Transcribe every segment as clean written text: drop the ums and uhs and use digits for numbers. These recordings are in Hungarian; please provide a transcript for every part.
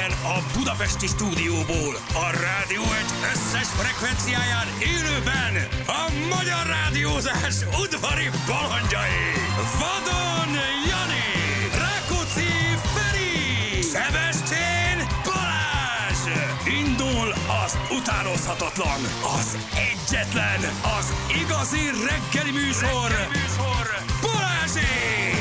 Innen a budapesti stúdióból, a rádió egy összes frekvenciáján élőben a magyar rádiózás udvari balandjai. Vadon Jani, Rákóczi Feri, Szebestén Balázs. Indul az utánozhatatlan, az egyetlen, az igazi reggeli műsor, Balázsék!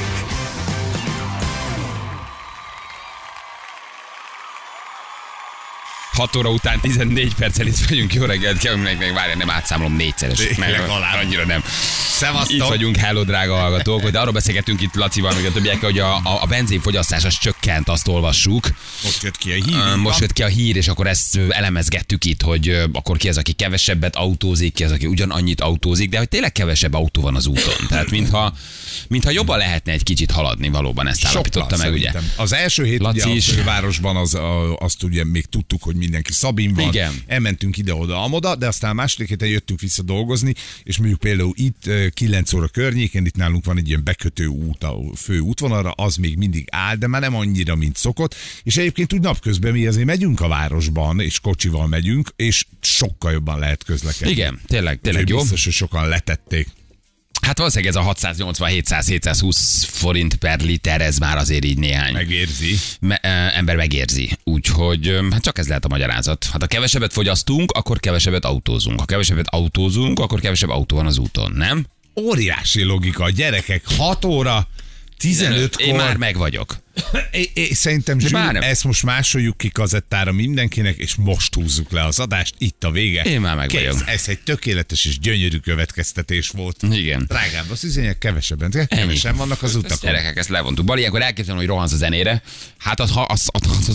6 óra után 14 perccel itt vagyunk. Jó reggelt kívánunk, meg várjál, nem átszámolom 4-szeres. Annyira nem. Szevasztok. Itt vagyunk, hello drága hallgatók, de arról beszélgetünk itt Lacival, meg a többiekkel, hogy a benzinfogyasztás az csökkent, azt olvassuk. Most jött ki a hír. Most jött ki a hír, és akkor ezt elemezgettük itt, hogy akkor ki az, aki kevesebbet autózik, ki az, aki ugyanannyit autózik, de hogy tényleg kevesebb autó van az úton. Tehát mintha jobban lehetne egy kicsit haladni, valóban ezt állapította meg, ugye. Az első hét Laci ugye is. a fővárosban azt ugye még tudtuk, hogy mindenki Szabin van. Igen. Elmentünk ide-oda, amoda, de aztán a második héten jöttünk vissza dolgozni, és mondjuk például itt 9 óra környéken, itt nálunk van egy ilyen bekötő út a fő útvonalra, az még mindig áll, de már nem annyira, mint szokott. És egyébként úgy napközben mi azért megyünk a városban, és kocsival megyünk, és sokkal jobban lehet közlekedni. Igen, tényleg jó. Biztos, hogy sokan letették. Hát valószínűleg ez a 680-700-720 forint per liter, ez már azért így néhány Megérzi. Ember megérzi. Úgyhogy hát csak ez lehet a magyarázat. Hát ha kevesebbet fogyasztunk, akkor kevesebbet autózunk. Ha kevesebbet autózunk, akkor kevesebb autó van az úton, nem? Óriási logika. Gyerekek, 6 óra, 15-kor. Én már meg vagyok. Szerintem ezt most másoljuk ki kazettára mindenkinek, és most húzzuk le az adást, itt a vége. Én már meg vagyok. Ez egy tökéletes és gyönyörű következtetés volt. Igen. Drágább az üzények, kevesen vannak az utakon. Gyerekek, ezt levontuk. Bali, akkor elképzelem, hogy rohansz a zenére. Hát azt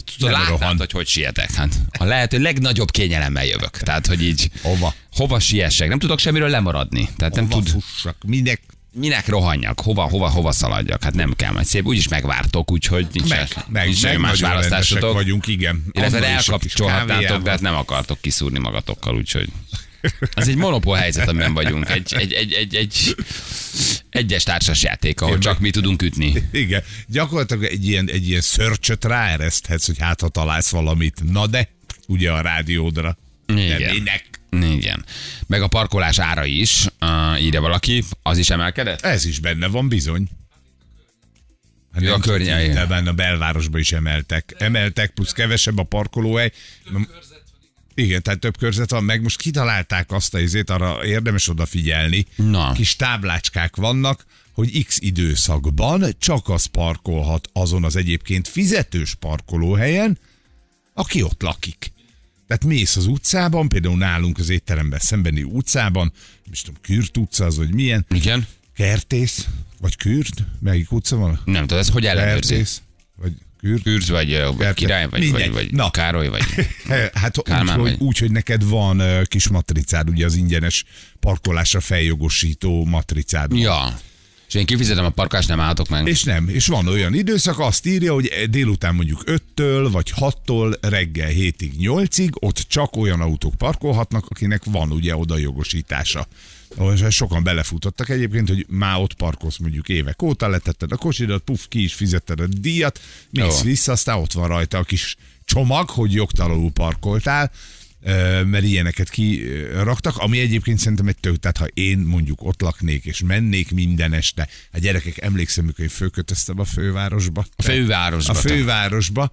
látnád, hogy sietek. Hát, a lehető legnagyobb kényelemmel jövök. Tehát, hogy így hova siessek. Nem tudok semmiről lemaradni. Tehát nem tud. Fussak, Minek rohanjak? Hova szaladjak? Hát nem kell, majd szép. Úgyis megvártok, úgyhogy nincs más választásotok. Vagyunk, igen. Illetve elkapcsolhatnátok, de hát nem akartok kiszúrni magatokkal, úgyhogy ez egy monopól helyzet, amiben vagyunk. Egy egyes társasjáték, ahol csak mi tudunk ütni. Igen. Gyakorlatilag egy ilyen search-öt ráereszthetsz, hogy hát ha találsz valamit. Na de, ugye a rádiódra. Igen. Meg a parkolás ára is, írja valaki, az is emelkedett? Ez is benne van bizony. Hát a környéken. A belvárosban is emeltek, plusz kevesebb a parkolóhely. Igen, tehát több körzet van, meg most kitalálták azt a izét, arra érdemes odafigyelni. Na. Kis táblácskák vannak, hogy X időszakban csak az parkolhat azon az egyébként fizetős parkolóhelyen, aki ott lakik. Tehát mész az utcában, például nálunk az étteremben szembeni utcában, nem is tudom, Kürt utca az, vagy milyen. Igen. Kertész, vagy Kürt? Melyik utca van? Nem tudom, ez hogy ellenőrzi? Kertész, vagy Kürt? Kürt, vagy Király, vagy Károly, vagy hát Kálmán, úgy, hogy neked van kis matricád, ugye az ingyenes parkolásra feljogosító matricád. Ja. És én kifizetem a parkolást, nem állhatok meg. És van olyan időszak, azt írja, hogy délután mondjuk 5-től vagy 6-tól reggel 7-ig 8-ig ott csak olyan autók parkolhatnak, akinek van ugye oda jogosítása. Sokan belefutottak egyébként, hogy már ott parkolsz mondjuk évek óta, letetted a kocsidat, ki is fizetted a díjat, mész vissza, aztán ott van rajta a kis csomag, hogy jogtalanul parkoltál, mert ilyeneket kiraktak, ami egyébként szerintem egy tehát ha én mondjuk ott laknék és mennék minden este, a gyerekek, emlékszem, mikor én fölkötöztem a fővárosba. A fővárosba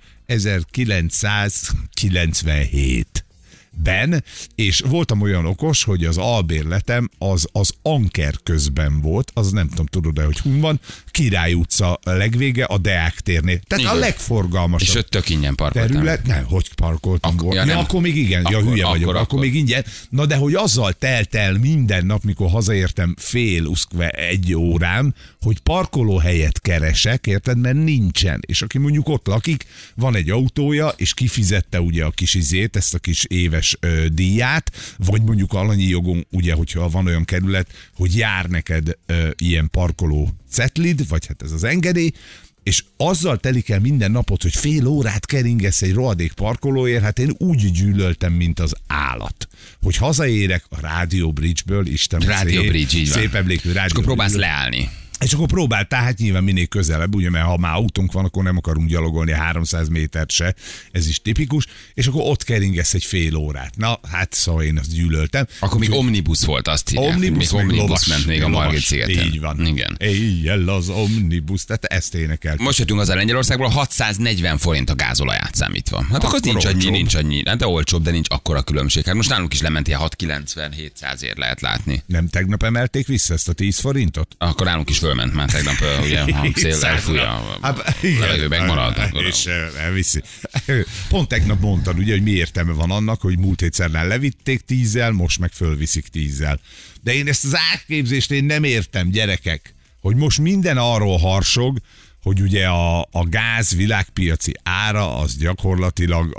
1997-ben, és voltam olyan okos, hogy az albérletem az Anker közben volt, az nem tudom, tudod-e, hogy hun van, Király utca legvége, a Deák térnél. Tehát igen. A legforgalmasabb. És ott tök ingyen parkoltam. Terület, nem, hogy parkoltam volna. Ja, akkor még igen, hülye vagyok, akkor még ingyen. Na de hogy azzal telt el minden nap, mikor hazaértem fél egy órám, hogy parkolóhelyet keresek, érted, mert nincsen. És aki mondjuk ott lakik, van egy autója, és kifizette ugye a kis izét, ezt a kis éves díját, vagy mondjuk alanyi jogon, ugye, hogyha van olyan kerület, hogy jár neked ilyen parkoló cetlid, vagy hát ez az engedély, és azzal telik el minden napot, hogy fél órát keringesz egy rohadék parkolóért, hát én úgy gyűlöltem, mint az állat. Hogy hazaérek a Radio Bridge-ből, Isten Radio Bridge, így szép emlékű Radio és akkor próbálsz leállni. És akkor próbáltál, hát nyilván minél közelebb, ugye, mert ha már autónk van, akkor nem akarunk gyalogolni 300 métert se, ez is tipikus, és akkor ott keringesz egy fél órát. Na, hát szóval én azt gyűlöltem. Akkor még omnibus volt, azt hívják. Omnibus ment még a Margit szigeten. Így van. Igen. Éjjel az omnibus, tehát ezt énekelt. Most jöttünk az a Lengyelországból, 640 forint a gázolaját számítva. Hát akkor nincs annyi. Hát de olcsóbb, de nincs akkora különbség. Hát most nálunk is lement ilyen 690-700-ért lehet látni. Nem tegnap emelték vissza ezt a 10 forintot? Akkor nálunk is fölment már tegnap, ugye, ha szél elfúj, a levegő megmarad. És elviszi. Pont tegnap mondtad, ugye, hogy mi értelme van annak, hogy múlt hétszernál levitték 10-zel, most meg fölviszik 10-zel. De én ezt az árképzést én nem értem, gyerekek, hogy most minden arról harsog, hogy ugye a gáz világpiaci ára az gyakorlatilag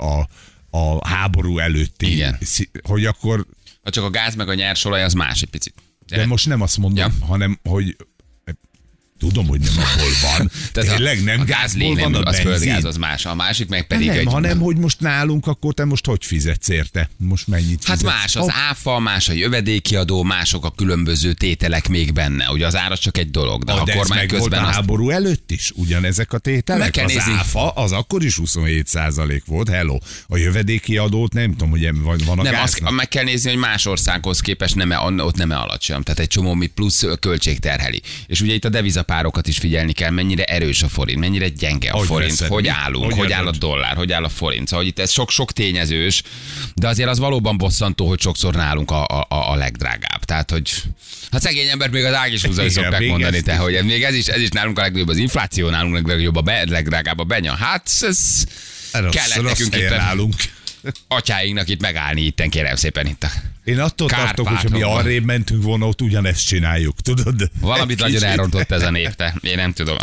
a háború előtti. Igen. Hogy akkor... Csak a gáz meg a nyersolaj az más egy picit. De most nem azt mondom, hanem hogy tudom, hogy nem abból van. Tényleg nem gázból van a benzin. Az földgáz, az más. A másik meg pedig nem, hanem, hogy most nálunk, akkor te most hogy fizetsz érte? Most mennyit fizetsz? Hát más az áfa, más a jövedéki adó, mások a különböző tételek még benne. Ugye az ára csak egy dolog. De, de a kormány közben volt a háború előtt is ugyanezek a tételek? Az áfa, az akkor is 27% volt, hello. A jövedéki adót nem tudom, hogy van a nem, gáznak. Meg kell nézni, hogy más országhoz képest ott nem alacsony. Tehát egy csomó plusz költség terheli. És ugye itt a devizapárokat is figyelni kell, mennyire erős a forint, mennyire gyenge a forint, hogy állunk, hogy áll a dollár, hogy áll a forint. Szóval itt ez sok tényezős, de azért az valóban bosszantó, hogy sokszor nálunk a legdrágább. Tehát, hogy hát szegény ember még az ágishúzai szokták mondani, te, hogy még ez is nálunk a legnagyobb, az infláció nálunk legdrágább a benya. Hát ez kellett nekünk itt atyáinknak itt megállni itten, kérem szépen itt a Én attól tartok, hogy mi arrébb mentünk volna, ott ugyanezt csináljuk, tudod? Valamit nagyon elrontott ez a név, te. Én nem tudom.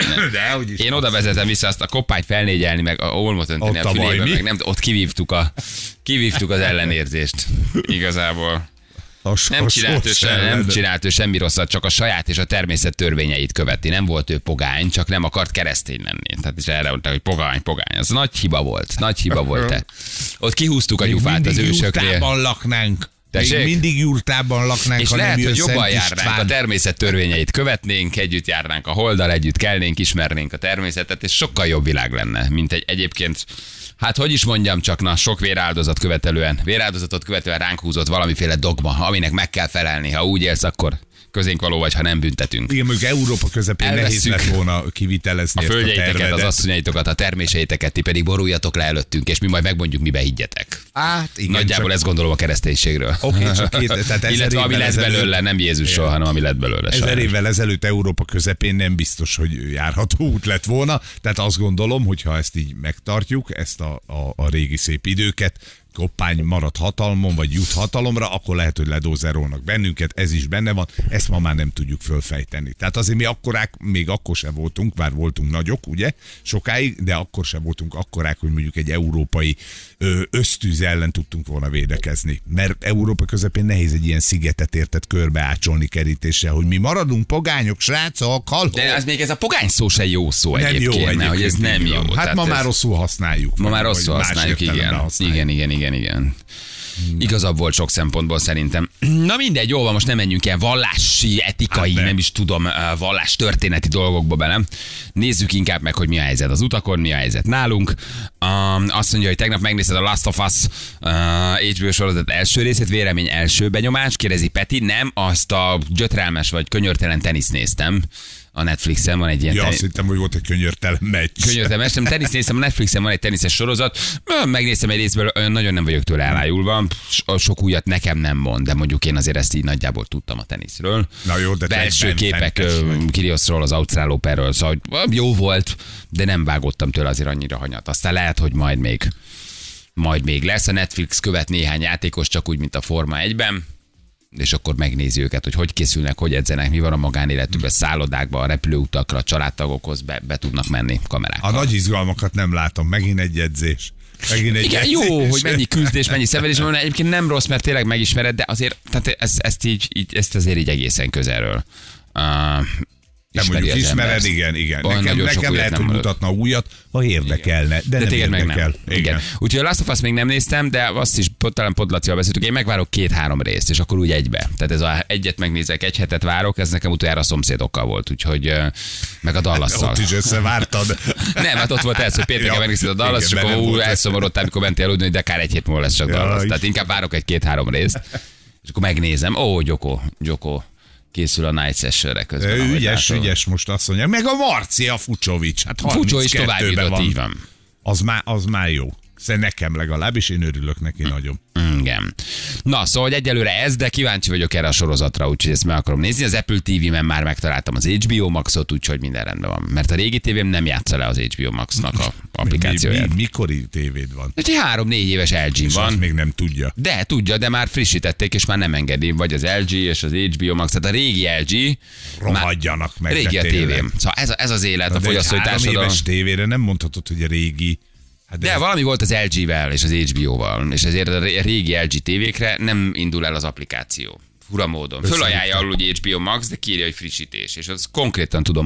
Én oda vezetem vissza azt a koppányt felnégyelni, meg a olmot önteni a fülébe, meg nem, ott kivívtuk az ellenérzést. Igazából. Nem csinált ő semmi rosszat, csak a saját és a természet törvényeit követi. Nem volt ő pogány, csak nem akart keresztény lenni. Tehát is erre mondták, hogy pogány. Az nagy hiba volt. Te. Ott kihúztuk a gyufát az ősöknél. Jurtában laknánk. Mindig jurtában laknánk. És lehet, hogy jobban járnánk, a természet törvényeit követnénk, együtt járnánk a holddal, együtt kelnénk, ismernénk a természetet, és sokkal jobb világ lenne, mint egyébként. Hát hogy is mondjam csak, sok véráldozatot követően ránk húzott valamiféle dogma, aminek meg kell felelni. Ha úgy élsz, akkor közénk való vagy, ha nem büntetünk. Igen, mondjuk Európa közepén nehéz lett volna kivitelezni a földjeiteket, az asszonyaitokat, a terméseiteket, ti pedig boruljatok le előttünk, és mi majd megmondjuk, mibe higgyetek. Hát, igen, nagyjából csak... ezt gondolom a kereszténységről. Okay, csak illetve ami lett belőle, nem Jézusról, hanem ami lett belőle. 1000 évvel ezelőtt Európa közepén nem biztos, hogy járható út lett volna. Tehát azt gondolom, hogy ha ezt így megtartjuk, ezt a régi szép időket, koppány marad hatalmon, vagy jut hatalomra, akkor lehet, hogy ledózerolnak bennünket, ez is benne van, ezt ma már nem tudjuk fölfejteni. Tehát azért mi akkorák, még akkor se voltunk, bár voltunk nagyok, ugye, sokáig, de akkor se voltunk akkorák, hogy mondjuk egy európai ösztűz ellen tudtunk volna védekezni. Mert Európa közepén nehéz egy ilyen szigetet érted körbeácsolni kerítéssel, hogy mi maradunk pogányok, srácok, halló. De az még ez a pogány szó se jó szó nem egyébként, jó, mert hogy ez nem jó. Hát ma már rosszul használjuk. Ma már rosszul használjuk, igen. Igazabb volt sok szempontból szerintem. Na mindegy, jó van, most nem menjünk ilyen vallási, etikai, nem is tudom, vallás történeti dolgokba bele. Nézzük inkább meg, hogy mi a helyzet az utakon, mi a helyzet nálunk. Azt mondja, hogy tegnap megnézted a Last of Us HBO sorozat első részét, vélemény első benyomás, kérdezi Peti, nem, azt a gyötrelmes vagy könyörtelen teniszt néztem. A Netflixen van egy ilyen... Ja, azt hittem, hogy volt egy könyörtelen meccs. Könyörtelen meccs, tenisz néztem, a Netflixen van egy teniszes sorozat, megnéztem egy részből, nagyon nem vagyok tőle elájulva, sok újat nekem nem mond, de mondjuk én azért ezt így nagyjából tudtam a teniszről. Na jó, de belső képek Kyrgiosról, az Ausztrál Openről, szóval jó volt, de nem vágottam tőle azért annyira hanyat. Aztán lehet, hogy majd még lesz. A Netflix követ néhány játékos, csak úgy, mint a Forma 1-ben. És akkor megnézi őket, hogy készülnek, hogy edzenek, mi van a magánéletükben, szállodákba, a repülőutakra, a családtagokhoz be tudnak menni kamerákkal. A nagy izgalmakat nem látom, megint egy edzés. Igen, jó, hogy mennyi küzdés, mennyi szenvedés van, egyébként nem rossz, mert tényleg megismered, de azért tehát ezt azért így egészen közelről. Te mondjuk ismered, igen. Nekem lehet, hogy mutatna újat, ha érdekelne, de nem érdekel. Igen. Úgyhogy a Last of Us még nem néztem, de azt is talán Podlacival beszéltük, én megvárok 2-3 részt, és akkor úgy egybe. Tehát ez egyet megnézek, egy hetet várok, ez nekem utoljára a szomszédokkal volt, úgyhogy meg a Dallasszal. Ott is összevártad. Nem, hát ott volt ez, hogy pénteken megnézted a Dallas, és akkor elszomorodtál, amikor mentél aludni, hogy de akár egy hét múlva lesz csak Dallas. Tehát inkább várok egy 2-3 részt, és akkor megnézem. Gyoko. Készül a Night Sessionre közben. Ügyes, most azt mondja. Meg a Marcia Fucsovics. Hát Fucsó is tovább jutott, így van. Az már jó. Szerintem nekem legalábbis, én örülök neki nagyon. Igen. Na, szóval hogy egyelőre ez, de kíváncsi vagyok erre a sorozatra, úgyhogy ezt meg akarom nézni. Az Apple TV-ben már megtaláltam az HBO Maxot, úgyhogy minden rendben van. Mert a régi tévém nem játsza le az HBO Maxnak a applikációját. Mikori tévéd van? Egy 3-4 éves LG van. Azt még nem tudja. De tudja, de már frissítették, és már nem engedi. Vagy az LG és az HBO Max. Tehát a régi LG... Rohadjanak meg. Régi a tévém. Szóval ez az élet, a fogyasztói társadalom. 3 éves tévére nem mondhatod, hogy a régi... De valami volt az LG-vel és az HBO-val, és ezért a régi LG tévékre nem indul el az applikáció. Fura módon. Fölajánlja alul, hogy HBO Max, de kírja, hogy frissítés. És az konkrétan tudom,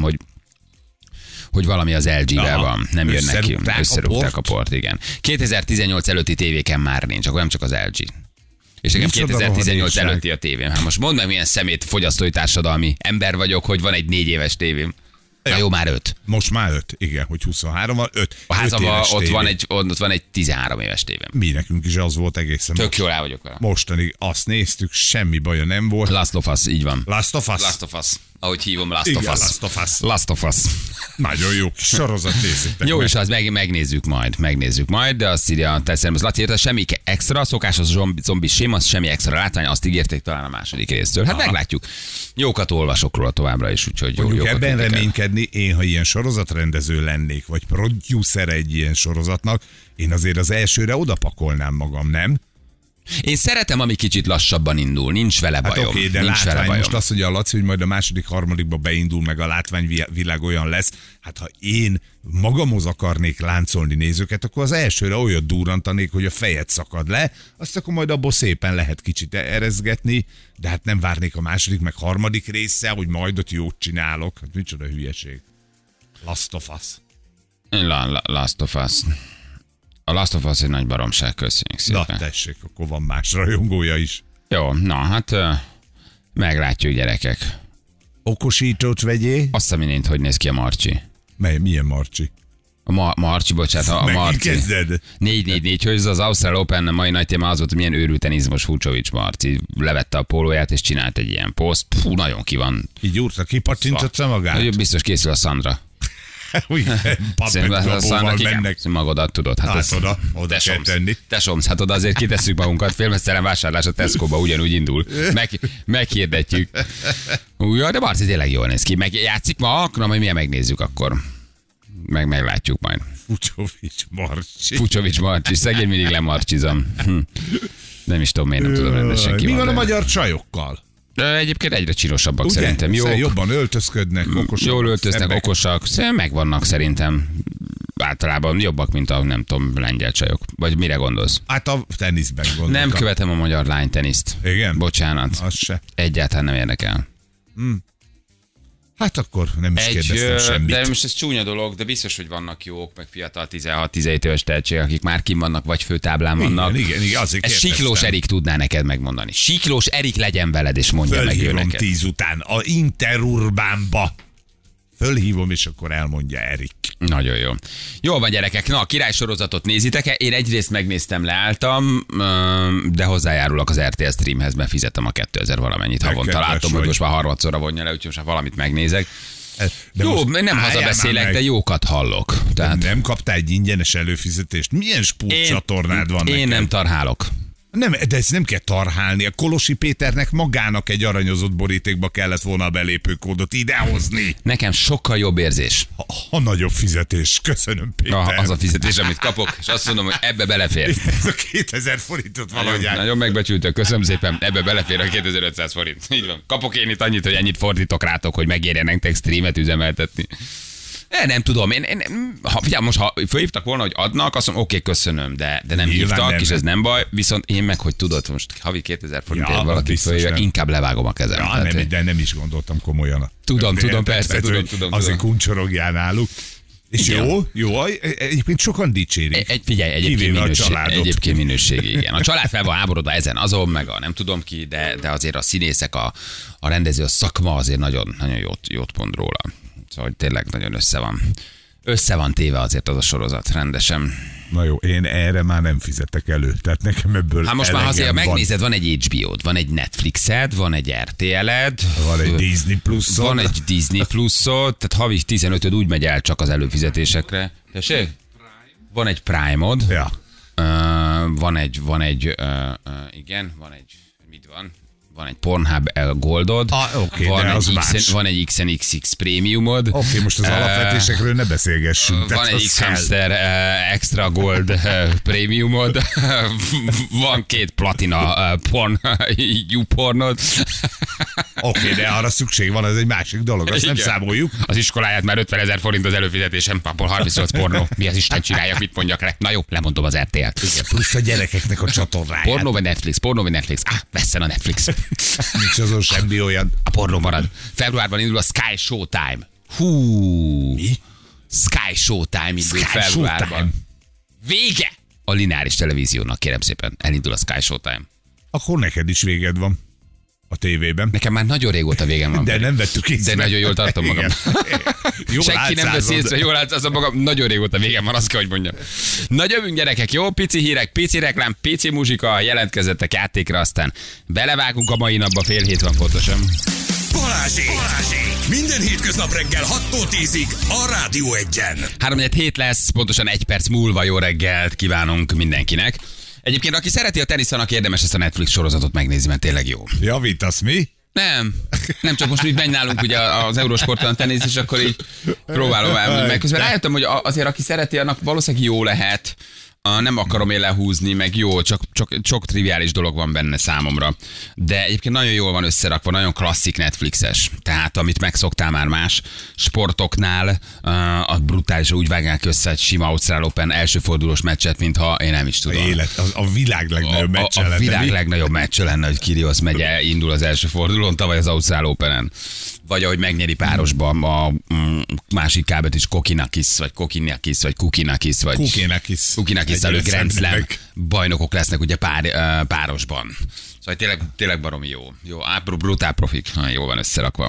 hogy valami az LG-vel van. Nem jön neki. Összerúgták a port, igen. 2018 előtti tévéken már nincs, akkor nem csak az LG. És nekem 2018 előtti a tévém. Hát most mondd meg, milyen szemét fogyasztói társadalmi ember vagyok, hogy van egy 4 éves tévém. Na jó, már 5. Most már 5, igen, hogy 23 van, 5. A házamban ott van egy 13 éves tévém. Mi nekünk is az volt egészen. Tök jól el vagyok vele. Mostanig azt néztük, semmi baja nem volt. Last of Us, így van. Last of Us? Last of Us. Ahogy hívom, Last of Us. Last of Us. Nagyon jó sorozat, nézzétek. Jó, és az megnézzük majd, de azt írja, teszem, az Laci írta, semmi extra, szokásos zombi séma, semmi extra látvány, azt ígérték talán a második résztől. Hát meglátjuk. Jókat olvasok róla továbbra is, úgyhogy mondjuk ebben reménykedni, én ha ilyen sorozatrendező lennék, vagy producer egy ilyen sorozatnak, én azért az elsőre odapakolnám magam, nem? Én szeretem, ami kicsit lassabban indul, nincs vele bajom. Hát oké, de nincs látvány, vele bajom. most azt mondja a Laci, hogy majd a második, harmadikba beindul, meg a látványvilág olyan lesz. Hát ha én magamhoz akarnék láncolni nézőket, akkor az elsőre olyat durrantanék, hogy a fejed szakad le, azt akkor majd abból szépen lehet kicsit erezgetni, de hát nem várnék a második, meg harmadik része, hogy majd ott jót csinálok. Hát micsoda hülyeség. Last of Us. Last of Us. A Last of Us egy nagy baromság, köszönjük szépen. Na tessék, akkor van más rajongója is. Jó, na hát meglátjuk, gyerekek. Okosítót vegyél. Azt a mindent, hogy néz ki a Marcsi. Milyen Marcsi? A Marcsi, bocsánat, a Marci. 4-4-4, hogy az Ausztrál Open mai nagy téma az volt, hogy milyen őrülten izmos Fucsovics Marci. Levette a pólóját és csinált egy ilyen poszt. Fú, nagyon ki van. Így úrta, kipattintotta magát? Biztos készül a Sandra. Mennek. Magadat tudod. Hát oda kell tenni. Tesomsz, hát oda azért kitesszük magunkat. Félmeztelen vásárlás a Tesco-ba ugyanúgy indul. Meghirdetjük. Jaj, de Marci tényleg jól néz ki. Megjátszik ma? Na, majd milyen megnézzük akkor. Meglátjuk majd. Fucsovics Marcsi. Szegény mindig lemarcsizom. Nem is tudom, miért nem tudom rendesen ki. Mi van a magyar csajokkal? Egyébként egyre csinosabbak szerintem. Jobban öltözködnek, okosak. Jól öltöznek, okosak. Megvannak szerintem. Általában jobbak, mint a, nem tudom, lengyel csajok. Vagy mire gondolsz? Hát a teniszben gondolok. Nem követem a magyar lányteniszt. Igen? Bocsánat. Az se. Egyáltalán nem érdekel. Hát akkor nem is kérdeztem semmit. De most ez csúnya dolog, de biztos, hogy vannak jók, meg fiatal 16-17 éves tehetségek, akik már kim vannak, vagy főtáblán vannak. Igen, azért ezt Siklós Erik tudná neked megmondani. Siklós Erik legyen veled, és mondja meg ő neked. 10 után a Interurbánba. Fölhívom, és akkor elmondja Erik. Nagyon jó. Jól van, gyerekek. Na, a király sorozatot nézitek-e? Én egyrészt megnéztem, leálltam, de hozzájárulok az RTL Streamhez, mert fizetem a 2000 valamennyit havonta. Látom, hogy most már harmadszorra vonja le, úgyhogy most már valamit megnézek. De jó, nem hazabeszélek, de jókat hallok. Tehát... Nem kaptál egy ingyenes előfizetést? Milyen spúrcsatornád van neked? Én nem tarhálok. Nem, de ezt nem kell tarhálni. A Kolosi Péternek magának egy aranyozott borítékba kellett volna a belépőkódot idehozni. Nekem sokkal jobb érzés. A nagyobb fizetés. Köszönöm, Péter. Az a fizetés, amit kapok, és azt mondom, hogy ebbe belefér. Ez a 2000 forintot valahogy. Nagyon megbecsültök, köszönöm szépen. Ebbe belefér a 2500 forint. Így van. Kapok én itt annyit, hogy ennyit fordítok rátok, hogy megérjen nektek streamet üzemeltetni. Nem tudom, ha fölhívtak volna, hogy adnak, azt mondom, oké, köszönöm, de nem hívtak, és ez nem baj, viszont én meg, hogy tudod, most havi 2000 forintért valaki fölhívja, inkább levágom a kezem. Ja, tehát, de nem is gondoltam komolyan. Tudom, persze, tudom. Azért kuncsorogjál náluk. És jó, egyébként sokan dicsérik. Figyelj, egyébként minőségi, igen. A család fel van háborodva ezen azon, meg a nem tudom ki, de azért a színészek, a rendező, a szakma azért nagyon, nagyon jót mond róla. Szóval tényleg nagyon össze van téve azért az a sorozat rendesen. Na jó, én erre már nem fizetek elő, tehát nekem ebből most már azért megnézed, van egy HBO-d, van egy Netflixed, van egy RTL-ed, van egy Disney Plus-od. Van egy Disney Plus-od, tehát havi 15-öd úgy megy el csak az előfizetésekre. Tessék? Van egy Prime-od. Ja. Van egy, mit van? Van egy Pornhub Goldod, van egy XNXX Premiumod. Oké, most az alapvetésekről ne beszélgessünk. Van egy X-Hamster Extra Gold Premiumod, van 2 Platina YouPornod. Oké, de arra szükség van, ez egy másik dolog, azt nem számoljuk. Az iskoláját már 50 000 forint az előfizetésem, abból 38 pornó. Mi az Isten csinálja, mit mondjak rá? Na jó, lemondom az RTL-t. Plusz a gyerekeknek a csatornáját. Pornó vagy Netflix? Vesszen a Netflix. Nincs azon semmi olyan. A pornó marad. Februárban indul a Sky Showtime. Mi? Sky Showtime indul februárban. Vége! A lineáris televíziónak, kérem szépen. Elindul a Sky Showtime. Akkor neked is véged van. A tévében. Nekem már nagyon régóta végem van. De nem vettük észre. De nagyon jól tartom magam. Senki nem vesz észre, jól látszázom magam. Nagyon régóta végem van, azt kell, hogy mondjam. Na jövünk gyerekek, jó? Pici hírek, pici reklám, pici muzsika, jelentkezzetek játékra, aztán belevágunk a mai napba, 6:30 van pontosan. Balázsék! Minden hétköznap reggel 6-tól 10-ig a Rádió 1-en. 3-4 lesz, pontosan 1 perc múlva jó reggelt kívánunk mindenkinek. Egyébként, aki szereti a tenisz, annak érdemes ezt a Netflix sorozatot megnézni, mert tényleg jó. Javítasz mi? Nem csak most így megy nálunk ugye az Eurosporton a tenisz, és akkor így próbálom meg. Közben rájöttem, hogy azért aki szereti, annak valószínűleg jó lehet. Nem akarom én lehúzni, meg jó, csak sok triviális dolog van benne számomra. De egyébként nagyon jól van összerakva, nagyon klasszik Netflixes. Tehát amit megszoktál már más sportoknál, a brutálisan úgy vágják össze egy sima Ausztrál Open első fordulós meccset, mintha én nem is tudom. A világ legnagyobb meccse lenne. A világ legnagyobb meccse lenne, hogy Kyrgios indul az első fordulón, tavaly az Ausztrál Openen. Vagy ahogy megnyeri párosban a másik kábet is Kokinakis, vagy Kukinakis, előtt Grand Slam bajnokok lesznek ugye párosban. Szóval tényleg baromi jó. Jó, brutál profik, jó van összerakva.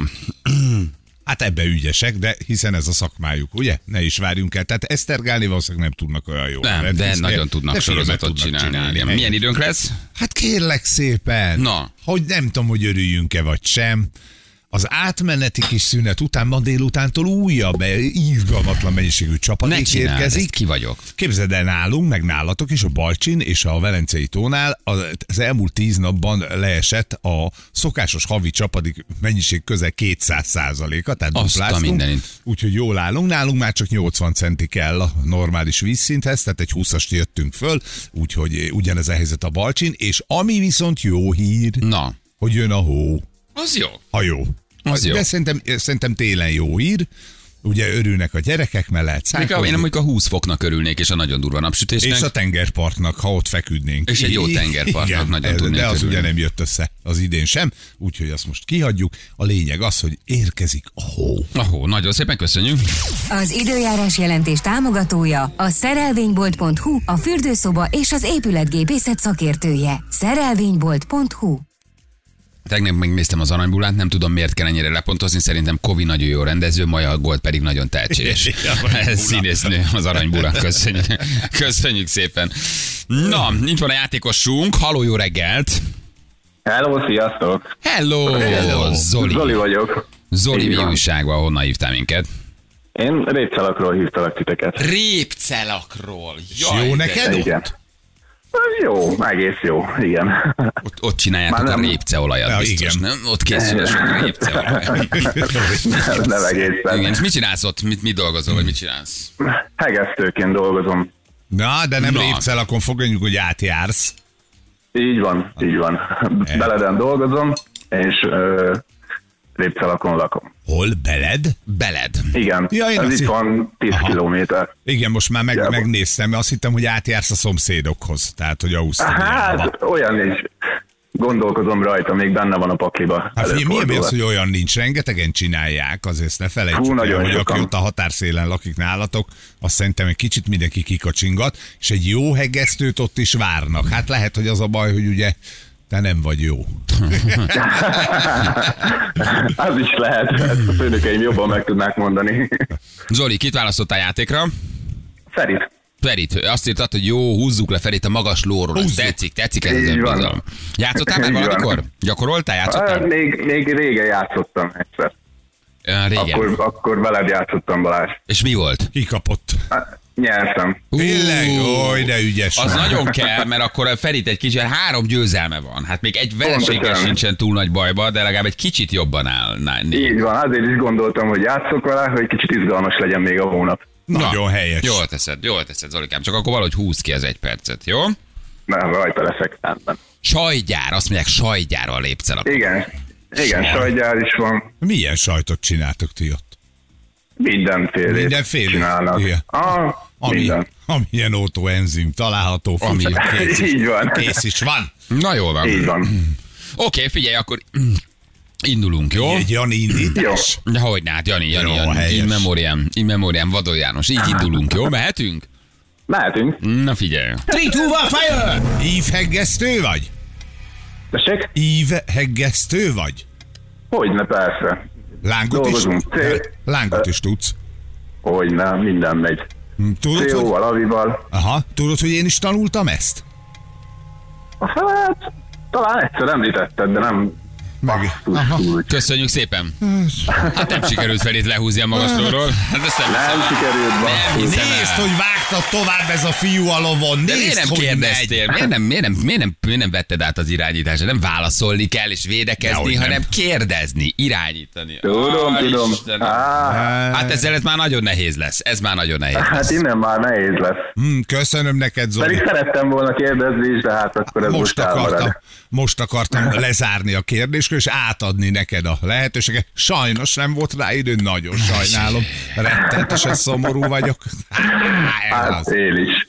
Hát ebbe ügyesek, de hiszen ez a szakmájuk, ugye? Ne is várjunk el. Tehát esztergálni valószínűleg nem tudnak olyan jól. Nem, de nagyon tudnak sorozatot csinálni. Milyen időnk lesz? Hát kérlek szépen. Na. Hogy nem tudom, hogy örüljünk-e vagy sem. Az átmeneti kis szünet után ma délutántól újabb, irgalmatlan mennyiségű csapadék érkezik. Ki vagyok. Képzeld el nálunk, meg nálatok is, a Balcsin és a Velencei tónál az elmúlt 10 napban leesett a szokásos havi csapadék mennyiség közel 200%-a, tehát dupláztunk. Úgyhogy jól állunk. Nálunk már csak 80 centi kell a normális vízszinthez, tehát egy 20-ast jöttünk föl, úgyhogy ugyanez a helyzet a Balcsin, és ami viszont jó hír, hogy jön a hó. Az jó. Ha jó. De szerintem télen jó hír. Ugye örülnek a gyerekek, mert lehet szállni. Én mondjuk a 20 foknak örülnék, és a nagyon durva napsütésnek. És a tengerpartnak, ha ott feküdnénk. És egy jó tengerpartnak nagyon tudnék de az örülni. ugye nem jött össze az idén sem, úgyhogy azt most kihagyjuk. A lényeg az, hogy érkezik a hó. A hó, nagyon szépen köszönjük. Az időjárás jelentés támogatója a szerelvénybolt.hu, a fürdőszoba és az épületgépészet szakértője. Szerelvénybolt.hu. Tegnap megnéztem az Aranybulát, nem tudom miért kell ennyire lepontozni, szerintem Kovi nagyon jó rendező, Maja Gold pedig nagyon tehetséges. Ez színésznő az Aranybula, köszönjük szépen. Na, itt van a játékosunk, halló, jó reggelt! Hello, sziasztok! Hello. Zoli vagyok. Zoli, mi újságban, honnan hívtál minket? Én Répcelakról hívtalak titeket. Répcelakról? Jó neked ott? Igen. Jó, egész jó, igen. Ott csináljátok a répceolajat, ja, biztos, igen. nem? Ott készül a sok répceolaj. Nem egészen. Igen, és mit csinálsz ott? Mit dolgozol, vagy mit csinálsz? Hegesztőként dolgozom. Na, de nem Répcelakon, fogadjuk, hogy átjársz. Így van. Beleden dolgozom, és Lépcelakon lakom. Hol? Beled? Igen, Ja, ez itt van 10 kilométer. Igen, most már megnéztem, azt hittem, hogy átjársz a szomszédokhoz, tehát, hogy Ausztriába. Hát, olyan is. Gondolkozom rajta, még benne van a pakliba. Hát mi az, hogy olyan nincs? Rengetegen csinálják, azért ezt ne felejtsük el, hogy aki ott a határszélen lakik nálatok, azt szerintem egy kicsit mindenki kikacsingat, és egy jó hegesztőt ott is várnak. Hát lehet, hogy az a baj, hogy ugye te nem vagy jó. Az is lehet, ezt a főnökeim jobban meg tudnák mondani. Zoli, kit választottál játékra? Ferit, azt írtad, hogy jó, húzzuk le Ferit a magas lóról. Tetszik ez az bizalom. Játszottál már valamikor? Gyakoroltál, játszottál? Még régen játszottam egyszer. Régen. Akkor veled játszottam, Balázs. És mi volt? Ki kapott? Nyertem. Tényleg? Oj, de ügyes. Az nagyon kell, mert akkor a Ferit egy kicsit, 3 győzelme van. Hát még egy vereséggel sincsen túl nagy bajba, de legalább egy kicsit jobban áll. Így van, azért is gondoltam, hogy játszok vele, hogy kicsit izgalmas legyen még a hónap. Nagyon helyes. Jól teszed, Zolikám. Csak akkor valahogy húzd ki az 1 percet, jó? Nem, rajta leszek. Sajtgyár, azt mondják, sajtgyár a Lépcelakon. Igen, sajtgyár is van. Milyen sajtot csináltok ti ott? Mindenféle csinálnak. Igen. Minden. Amilyen autoenzim található, kész is van. Na jól van. Így van. Oké, figyelj, akkor indulunk, jó? Egy Jani indítás? De hogyne, hát Jani. In memoriam, Vadon János. Így indulunk, jó? Mehetünk? Mehetünk. Na figyelj. 3, 2, 1, fire! Ívheggesztő vagy? Tessék? Ívheggesztő vagy? Hogyne, persze. Lángot is tudsz. Hogyne, minden megy. CO-val, avival. Aha, tudod, hogy én is tanultam ezt? Hát, talán egyszer említetted, de nem... Köszönjük szépen. Hát nem sikerült Ferit lehúzni a magasról. Hát nem sikerült. Nézd, hogy vágtad tovább ez a fiú a lovon. De miért nem kérdeztél? Miért nem vetted át az irányításra? Nem válaszolni kell és védekezni, hanem kérdezni, irányítani. Tudom. Hát ezzel ez már nagyon nehéz lesz. Hát innen már nehéz lesz. Köszönöm neked, Zoli. Pedig szerettem volna kérdezni is, de hát akkor ez most akartam lezárni a kérdést, és átadni neked a lehetőséget. Sajnos nem volt rá idő, nagyon sajnálom. Rettenetesen szomorú vagyok. Hát én is.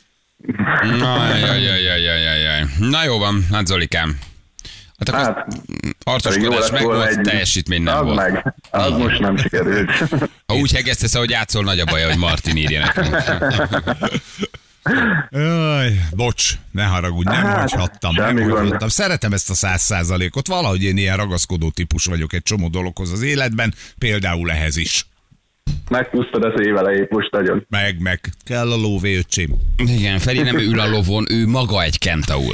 Na jó van, hát Zolikám. Hát akkor arcoskodás meg volt, teljesítmény nem volt. Az most nem sikerült. Ha úgy hegesztesz, ahogy játszol, nagy a baj, hogy Martin írja nekünk. Jaj, bocs, ne haragudj, nem hagyhattam. Szeretem ezt a 100%-ot, valahogy én ilyen ragaszkodó típus vagyok egy csomó dologhoz az életben, például ehhez is. Megpusztad az évelejét most nagyon. Meg. Kell a lóvé, öcsém. Igen, Feri nem ül a lovon, ő maga egy kentaur.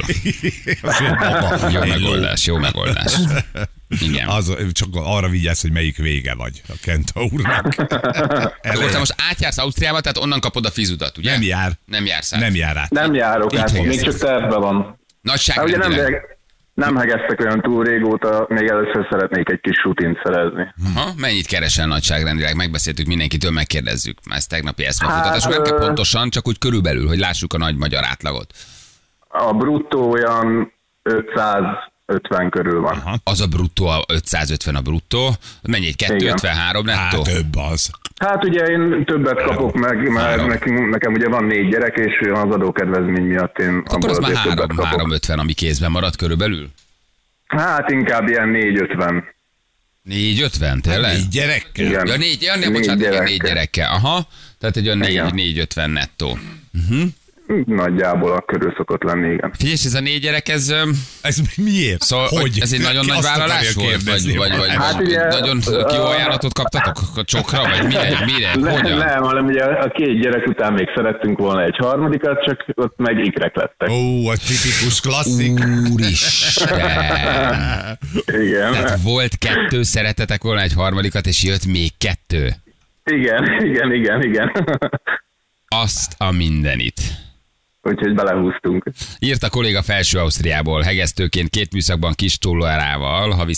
Jó megoldás. Igen. Csak arra vigyázz, hogy melyik vége vagy a kentaurnak. Akkor te most átjársz Ausztriába, tehát onnan kapod a fizutat, ugye? Nem jársz át. Nem járok át, még csak tervben van. Nagyságrendileg. Nem hegesztek olyan túl régóta, még először szeretnék egy kis rutint szerezni. Mennyit keresel nagyságrendileg? Megbeszéltük, mindenkitől megkérdezzük. Már ez tegnapi eszmefutatás. Nem kell pontosan, csak úgy körülbelül, hogy lássuk a nagy magyar átlagot. A bruttó olyan 550 körül van. Aha. Az a bruttó, 550 a bruttó. Mennyi, 253 nettó? Hát több az. Hát ugye én többet kapok meg, mert nekem ugye van 4 gyerek, és az adókedvezmény miatt én... Akkor az már 350, ami kézben marad körülbelül? Hát inkább ilyen 450. 450, tényleg? 4 gyerekkel? Igen. Ja, 4 gyerekkel. Aha, tehát egy olyan 450 nettó. Nagyjából a körül szokott lenni, igen. Figyelj, ez a 4 gyerek, ez miért? Szóval, hogy? Ez egy nagyon nagy vállalás volt? Vagy hát ugye, nagyon jó ajánlatot kaptatok a csokra? Vagy mire? Hogyan? Nem, hanem ugye a 2 gyerek után még szerettünk volna egy harmadikat, csak ott meg ikrek lettek. Ó, a tipikus klasszik. Úristen! Igen. Tehát volt 2, szeretetek volna egy harmadikat, és jött még 2. Igen. Azt a mindenit. Úgyhogy belehúztunk. Írt a kolléga Felső Ausztriából, hegesztőként 2 műszakban kis túlórával, havi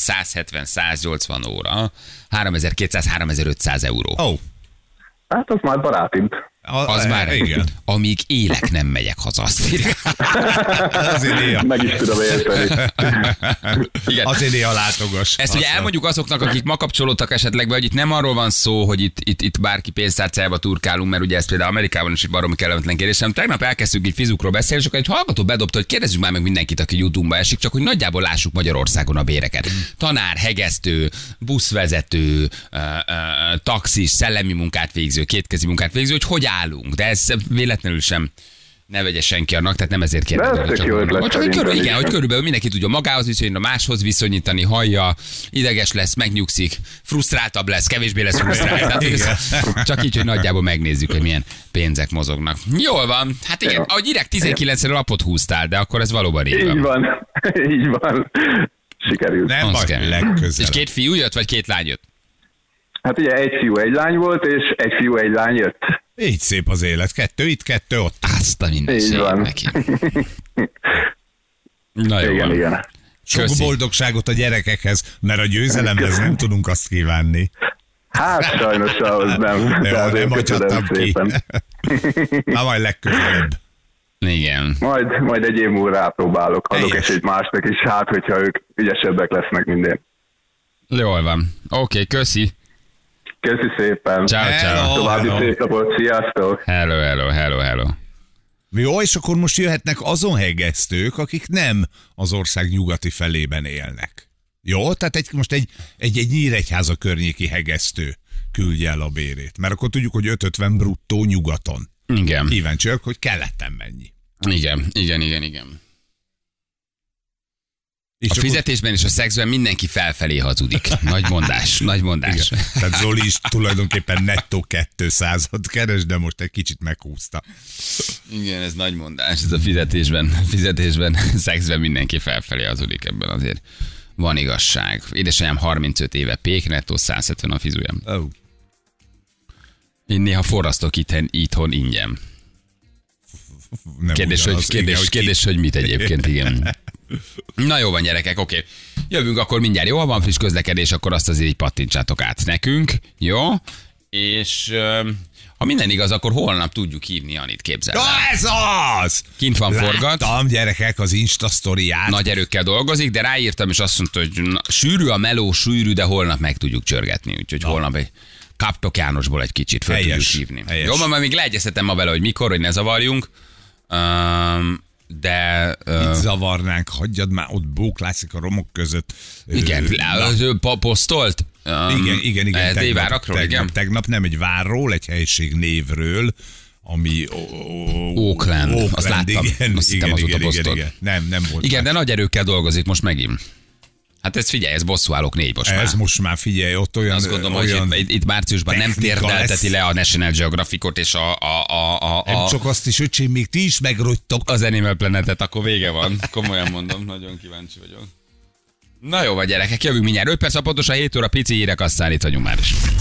170-180 óra, 3200-3500 euró. Oh. Hát az már barátibb. Az már, igen. amíg élek, nem megyek haza. Azt írja. Azért néha. Meg is tudom érteni. Igen. Azért néha látogass. Ezt ugye elmondjuk azoknak, akik ma kapcsolódtak esetleg be, hogy itt nem arról van szó, hogy itt bárki pénztárcájába turkálunk, mert ugye ez például Amerikában is egy baromi kellemetlen kérdés, hanem tegnap elkezdtük így fizikról beszélni, és akkor egy hallgató bedobta, hogy kérdezzük már meg mindenkit, aki YouTube-ba esik, csak hogy nagyjából lássuk Magyarországon a béreket. Tanár, hegesztő, buszvezető, taxis, szellemi munkát végző, kétkezi munkát végző, hogy állunk. De ez véletlenül sem ne vegye senki annak, tehát nem ezért kérdezem. Igen, hogy körülbelül mindenki tudja magához viszonyítani, máshoz viszonyítani, hallja, ideges lesz, megnyugszik, frusztráltabb lesz, kevésbé lesz frusztrált. Csak így, hogy nagyjából megnézzük, hogy milyen pénzek mozognak. Jól van. Hát igen, ahogy írják, 19-re lapot húztál, de akkor ez valóban így van. Így van. Így van. Sikerült. Nem baj, legközelebb. És 2 fiú jött, vagy 2 lány jött? Hát ugye 1 fiú, 1 lány volt, és 1 fiú, 1 lány jött. Így szép az élet. 2 itt, 2 ott. Azt a mindenségét neki. Na jó Igen, van. igen. Sok boldogságot a gyerekekhez, mert a győzelemhez nem tudunk azt kívánni. Hát sajnos ahhoz nem. Jó, nem hagyhattam ki. Na majd legközelebb. Igen. Majd egy év múlva rápróbálok. Adok Helyes. esélyt másnak is, hát hogyha ők ügyesebbek lesznek minden. Jól van. Oké, köszi. Köszi szépen. Ciao, ciao. Hello. További Hello. szép napot. Sziasztok. Hello. Jó, és akkor most jöhetnek azon hegesztők, akik nem az ország nyugati felében élnek. Jó? Tehát most egy Nyíregyháza környéki hegesztő küldje el a bérét. Mert akkor tudjuk, hogy 550 bruttó nyugaton. Igen. Kíváncsiak, hogy keleten mennyi. Igen. És A fizetésben és a szexben mindenki felfelé hazudik. Nagy mondás. Igen. Tehát Zoli is tulajdonképpen nettó 200-at keres, de most egy kicsit meghúzta. Igen, ez nagy mondás. Ez a fizetésben, szexben mindenki felfelé hazudik, ebben azért van igazság. Édesanyám 35 éve pék, nettó 170 a fizujám. Oh. Én néha forrasztok itthon ingyen. Kérdés, hogy mit egyébként, igen. Na jó van, gyerekek, oké. Jövünk akkor mindjárt, jó? Ha van friss közlekedés, akkor azt azért így pattintsátok át nekünk, jó? És ha minden igaz, akkor holnap tudjuk hívni Anit, képzeld el. Ez az! Kint van forgat. Láttam, gyerekek, az Insta sztoriát. Nagy erőkkel dolgozik, de ráírtam, és azt mondta, hogy sűrű a meló, de holnap meg tudjuk csörgetni. Úgyhogy holnap egy Kaptok Jánosból egy kicsit fel tudjuk hívni. Helyes. Jó, majd még leegyeztetem ma vele, hogy mikor, hogy ne zavarjunk. De... Itt zavarnánk, hagyjad már, ott bóklászik a romok között. Igen, posztolt? Igen. Tegnap nem egy várról, egy helység névről, ami... Oakland. Azt láttam. Igen, Azt hittem, azóta posztolt. igen. Nem volt. Igen, de nagy erőkkel dolgozik most megint. Hát ez figyelj, ez bosszúállók 4 most már. Ez most már figyelj, ott olyan... Azt gondolom, hogy itt márciusban nem térdelteti le a National Geographicot és Nem csak azt is, öcsém, még ti is megrogytok. az Animal Planetet, akkor vége van. Komolyan mondom, nagyon kíváncsi vagyok. Na jó vagy, gyerekek, jövünk mindjárt 5 perc, pontosan 7 óra, pici hírek, aztán itt vagyunk már is.